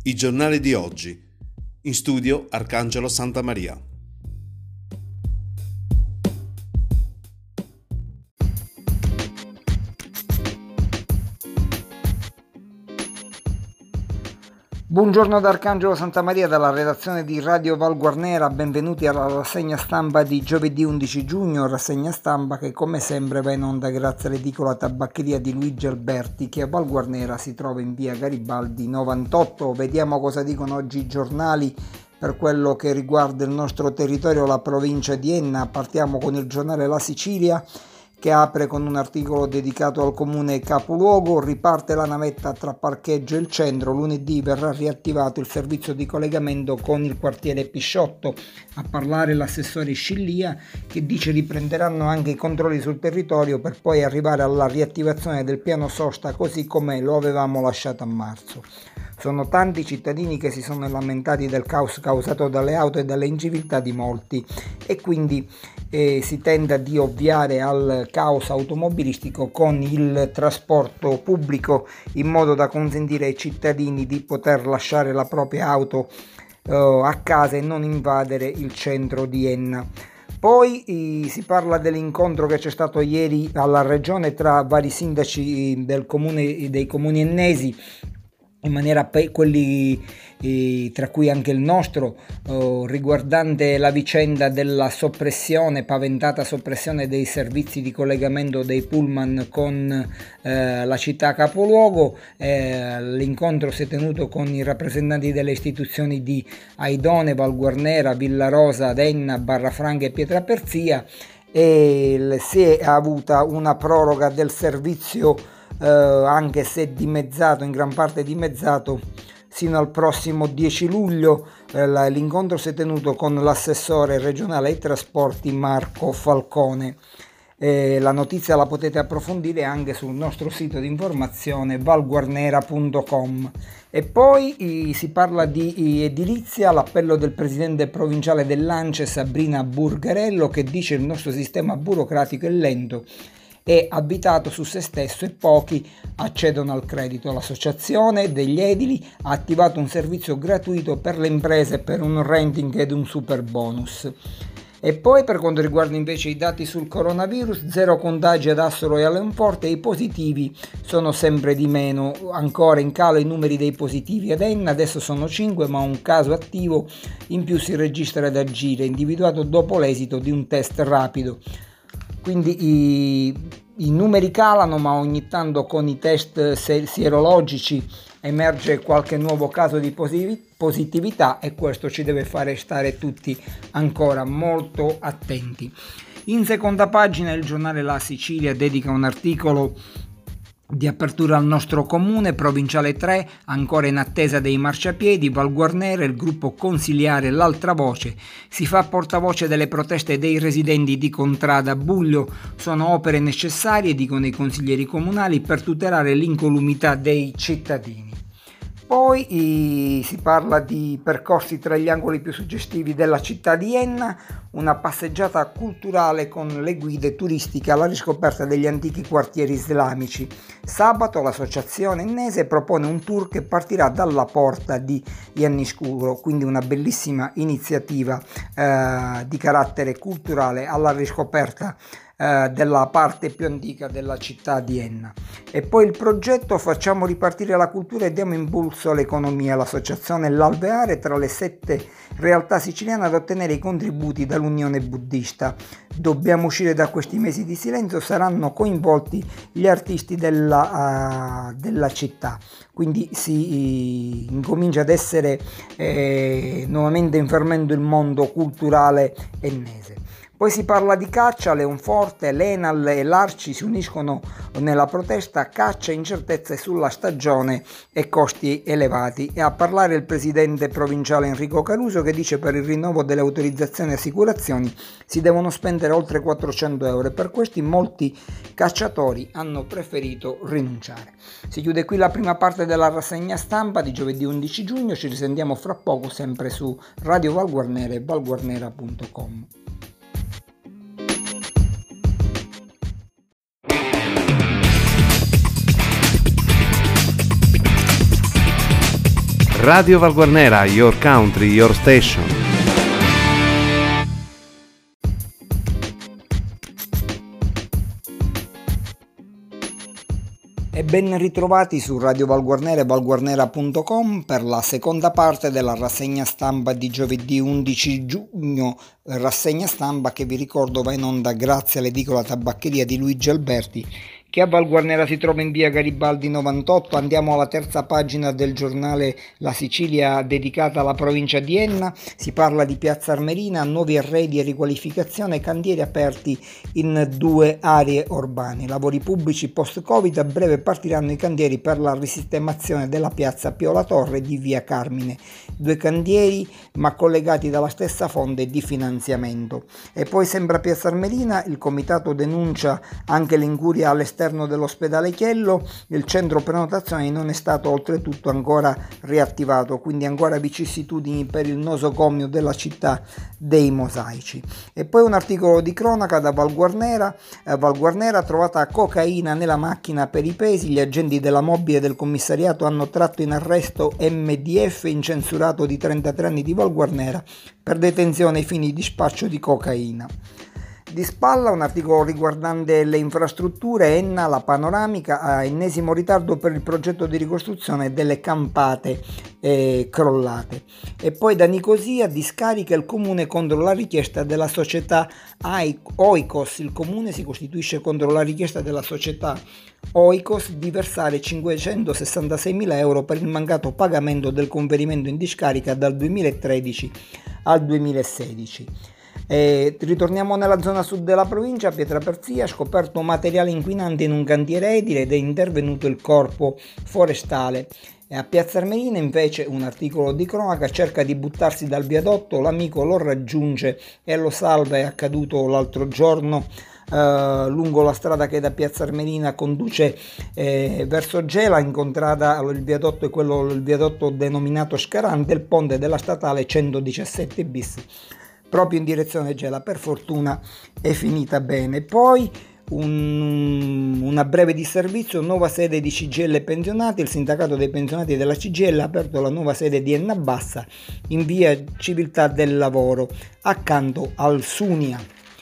I giornali di oggi. In studio Arcangelo Santamaria. Buongiorno da Arcangelo Santamaria dalla redazione di Radio Val Guarnera, benvenuti alla rassegna stampa di giovedì 11 giugno, rassegna stampa che come sempre va in onda grazie all'edicola tabaccheria di Luigi Alberti che a Val Guarnera si trova in via Garibaldi 98. Vediamo cosa dicono oggi i giornali per quello che riguarda il nostro territorio, la provincia di Enna. Partiamo con il giornale La Sicilia, che apre con un articolo dedicato al comune capoluogo. Riparte la navetta tra parcheggio e il centro, lunedì verrà riattivato il servizio di collegamento con il quartiere Pisciotto. A parlare l'assessore Scillia, che dice riprenderanno anche i controlli sul territorio per poi arrivare alla riattivazione del piano sosta così come lo avevamo lasciato a marzo. Sono tanti i cittadini che si sono lamentati del caos causato dalle auto e dalle inciviltà di molti e quindi si tenta di ovviare al caos automobilistico con il trasporto pubblico in modo da consentire ai cittadini di poter lasciare la propria auto a casa e non invadere il centro di Enna. Poi si parla dell'incontro che c'è stato ieri alla regione tra vari sindaci dei comuni ennesi, in maniera quelli tra cui anche il nostro, riguardante la vicenda della paventata soppressione dei servizi di collegamento dei pullman con la città capoluogo. L'incontro si è tenuto con i rappresentanti delle istituzioni di Aidone, Val Guarnera, Villarosa, Enna, Barrafranca e Pietraperzia e si è avuta una proroga del servizio anche se dimezzato, in gran parte dimezzato, sino al prossimo 10 luglio. L'incontro si è tenuto con l'assessore regionale ai trasporti Marco Falcone. La notizia la potete approfondire anche sul nostro sito di informazione valguarnera.com. E poi si parla di edilizia, l'appello del presidente provinciale dell'ANCE Sabrina Burgarello, che dice il nostro sistema burocratico è lento, è abitato su se stesso e pochi accedono al credito. L'associazione degli edili ha attivato un servizio gratuito per le imprese per un renting ed un super bonus. E poi per quanto riguarda invece i dati sul coronavirus, 0 contagi ad Assoro e a Leonforte e i positivi sono sempre di meno, ancora in calo i numeri dei positivi ad Enna, adesso sono 5 ma un caso attivo in più si registra ad Agire, individuato dopo l'esito di un test rapido. Quindi i numeri calano, ma ogni tanto con i test sierologici emerge qualche nuovo caso di positività e questo ci deve fare stare tutti ancora molto attenti. In seconda pagina il giornale La Sicilia dedica un articolo di apertura al nostro comune, provinciale 3, ancora in attesa dei marciapiedi. Val Guarnera, il gruppo consiliare L'Altra Voce si fa portavoce delle proteste dei residenti di Contrada Buglio. Sono opere necessarie, dicono i consiglieri comunali, per tutelare l'incolumità dei cittadini. Poi si parla di percorsi tra gli angoli più suggestivi della città di Enna, una passeggiata culturale con le guide turistiche alla riscoperta degli antichi quartieri islamici. Sabato l'associazione ennese propone un tour che partirà dalla porta di Ianniscuro, quindi una bellissima iniziativa di carattere culturale alla riscoperta della parte più antica della città di Enna. E poi il progetto Facciamo ripartire la cultura e diamo impulso all'economia, l'associazione L'Alveare tra le 7 realtà siciliane ad ottenere i contributi dall'Unione Buddista. Dobbiamo uscire da questi mesi di silenzio, saranno coinvolti gli artisti della città, quindi si incomincia ad essere nuovamente in fermento il mondo culturale ennese. Poi si parla di caccia, Leonforte, l'Enal e l'Arci si uniscono nella protesta caccia, incertezze sulla stagione e costi elevati. E a parlare il presidente provinciale Enrico Caruso, che dice per il rinnovo delle autorizzazioni e assicurazioni si devono spendere oltre 400 euro e per questi molti cacciatori hanno preferito rinunciare. Si chiude qui la prima parte della rassegna stampa di giovedì 11 giugno, ci risentiamo fra poco sempre su Radio Val Guarnera e valguarnera.com. Radio Val Guarnera, your country, your station. E ben ritrovati su Radio Val Guarnera e valguarnera.com per la seconda parte della rassegna stampa di giovedì 11 giugno, rassegna stampa che vi ricordo va in onda grazie all'edicola tabaccheria di Luigi Alberti, che a Val Guarnera si trova in via Garibaldi 98. Andiamo alla terza pagina del giornale La Sicilia dedicata alla provincia di Enna. Si parla di Piazza Armerina, nuovi arredi e riqualificazione, cantieri aperti in 2 aree urbane. Lavori pubblici post-Covid, a breve partiranno i cantieri per la risistemazione della piazza Pio La Torre di via Carmine. 2 cantieri ma collegati dalla stessa fonte di finanziamento. E poi sempre a Piazza Armerina il comitato denuncia anche l'incuria all'esterno dell'ospedale Chiello. Il centro prenotazioni non è stato oltretutto ancora riattivato, quindi ancora vicissitudini per il nosocomio della città dei mosaici. E poi un articolo di cronaca da Val Guarnera. Val Guarnera, trovata cocaina nella macchina per i pesi, gli agenti della mobile del commissariato hanno tratto in arresto MDF, incensurato di 33 anni di Val Guarnera, per detenzione ai fini di spaccio di cocaina. Di spalla un articolo riguardante le infrastrutture. Enna, la panoramica, ha ennesimo ritardo per il progetto di ricostruzione delle campate crollate. E poi da Nicosia, discarica il comune contro la richiesta della società Oikos. Il comune si costituisce contro la richiesta della società Oikos di versare 566.000 euro per il mancato pagamento del conferimento in discarica dal 2013 al 2016. Ritorniamo nella zona sud della provincia. Pietraperzia, scoperto materiale inquinante in un cantiere edile ed è intervenuto il corpo forestale. E a Piazza Armerina invece un articolo di cronaca, cerca di buttarsi dal viadotto, l'amico lo raggiunge e lo salva. È accaduto l'altro giorno lungo la strada che da Piazza Armerina conduce verso Gela, incontrata il viadotto, il viadotto denominato Scarante, il ponte della statale 117 bis, proprio in direzione Gela. Per fortuna è finita bene. Poi una breve di servizio, nuova sede di CGIL pensionati. Il sindacato dei pensionati della CGIL ha aperto la nuova sede di Enna Bassa in via Civiltà del Lavoro accanto al Sunia.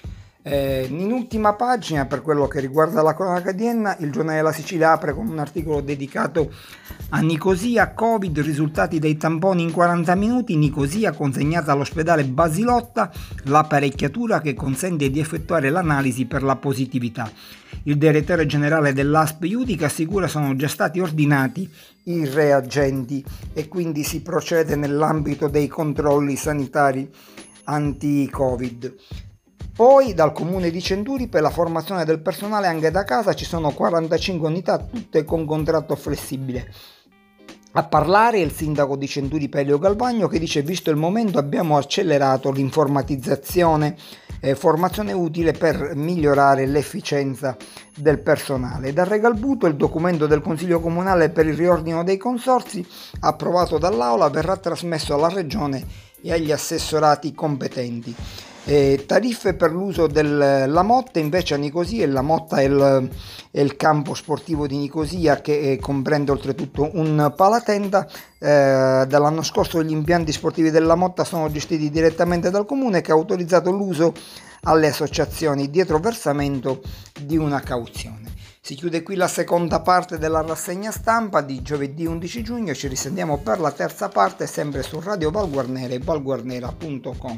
In ultima pagina, per quello che riguarda la cronaca di Enna, il giornale della Sicilia apre con un articolo dedicato a Nicosia. Covid, risultati dei tamponi in 40 minuti. Nicosia, consegnata all'ospedale Basilotta l'apparecchiatura che consente di effettuare l'analisi per la positività. Il direttore generale dell'ASP Iudica assicura sono già stati ordinati i reagenti e quindi si procede nell'ambito dei controlli sanitari anti-Covid. Poi dal comune di Centuri, per la formazione del personale anche da casa ci sono 45 unità, tutte con contratto flessibile. A parlare il sindaco di Centuri Pelio Galvagno, che dice: visto il momento abbiamo accelerato l'informatizzazione, formazione utile per migliorare l'efficienza del personale. Da Regalbuto il documento del Consiglio Comunale per il riordino dei consorzi, approvato dall'Aula, verrà trasmesso alla Regione e agli assessorati competenti. Tariffe per l'uso della Motta invece a Nicosia. La Motta è il campo sportivo di Nicosia, che comprende oltretutto un palatenda. Dall'anno scorso gli impianti sportivi della Motta sono gestiti direttamente dal comune, che ha autorizzato l'uso alle associazioni dietro versamento di una cauzione. Si chiude qui la seconda parte della rassegna stampa di giovedì 11 giugno. Ci risentiamo per la terza parte sempre su Radio Val Guarnera e valguarnera.com.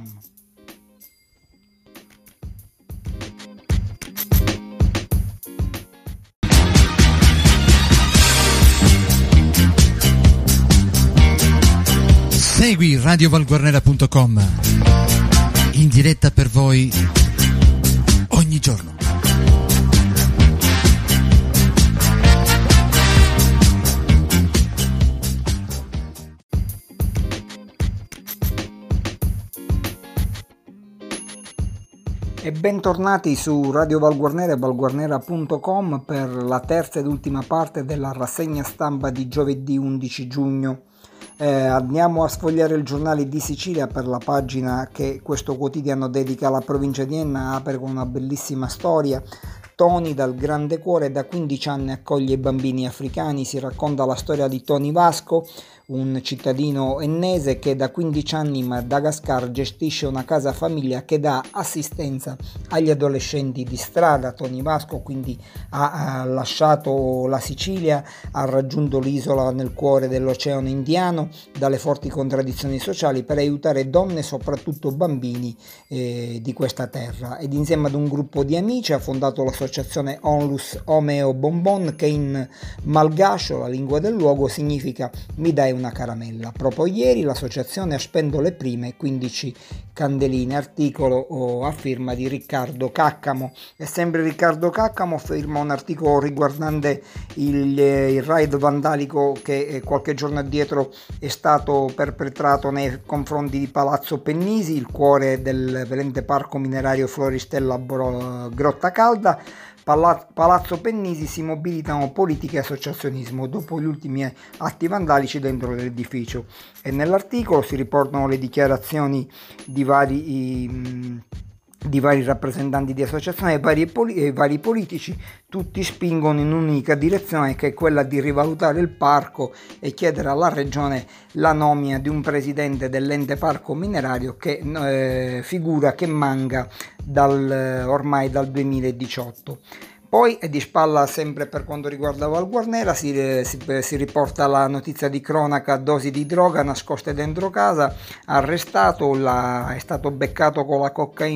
Segui radiovalguarnera.com in diretta per voi ogni giorno. E bentornati su Radio Val Guarnera e valguarnera.com per la terza ed ultima parte della rassegna stampa di giovedì 11 giugno. Andiamo a sfogliare il giornale di Sicilia per la pagina che questo quotidiano dedica alla provincia di Enna. Apre con una bellissima storia. Tony dal grande cuore da 15 anni accoglie i bambini africani. Si racconta la storia di Tony Vasco, un cittadino ennese che da 15 anni in Madagascar gestisce una casa famiglia che dà assistenza agli adolescenti di strada. Tony Vasco quindi ha lasciato la Sicilia, ha raggiunto l'isola nel cuore dell'Oceano Indiano dalle forti contraddizioni sociali per aiutare donne e soprattutto bambini di questa terra, ed insieme ad un gruppo di amici ha fondato l'associazione Onlus Omeo Bonbon, che in malgascio, la lingua del luogo, significa mi dai una caramella. Proprio ieri l'associazione ha spento le prime 15 candeline. Articolo a firma di Riccardo Caccamo, e sempre Riccardo Caccamo firma un articolo riguardante il raid vandalico che qualche giorno addietro è stato perpetrato nei confronti di Palazzo Pennisi, il cuore del velente parco minerario Floristella Grotta Calda. Palazzo Pennisi, si mobilitano politica e associazionismo dopo gli ultimi atti vandalici dentro l'edificio, e nell'articolo si riportano le dichiarazioni di vari rappresentanti di associazioni e vari politici. Tutti spingono in un'unica direzione, che è quella di rivalutare il parco e chiedere alla regione la nomina di un presidente dell'ente parco minerario, che figura che manca ormai dal 2018. Poi di spalla, sempre per quanto riguarda Val Guarnera, si riporta la notizia di cronaca: dosi di droga nascoste dentro casa, arrestato, è stato beccato con la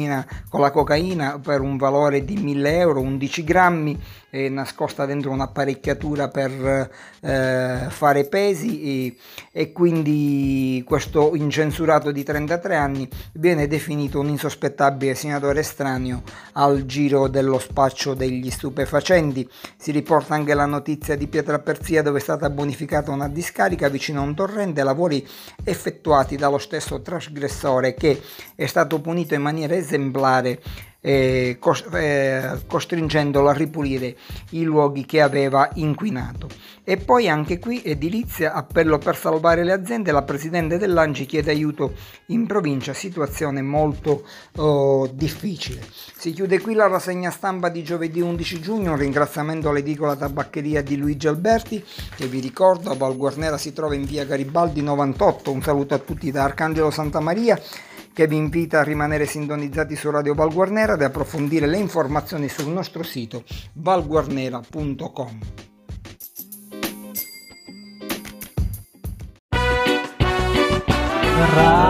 cocaina per un valore di 1.000 euro, 11 grammi, nascosta dentro un'apparecchiatura per fare pesi, e quindi questo incensurato di 33 anni viene definito un insospettabile senatore estraneo al giro dello spaccio degli stupefacenti. Si riporta anche la notizia di Pietraperzia, dove è stata bonificata una discarica vicino a un torrente, lavori effettuati dallo stesso trasgressore che è stato punito in maniera esemplare, costringendolo a ripulire i luoghi che aveva inquinato. E poi anche qui edilizia, appello per salvare le aziende, la presidente dell'ANCI chiede aiuto in provincia, situazione molto difficile. Si chiude qui la rassegna stampa di giovedì 11 giugno, un ringraziamento all'edicola tabaccheria di Luigi Alberti, che vi ricordo a Val Guarnera si trova in via Garibaldi 98. Un saluto a tutti da Arcangelo Santamaria, che vi invita a rimanere sintonizzati su Radio Val Guarnera ed approfondire le informazioni sul nostro sito valguarnera.com. Ra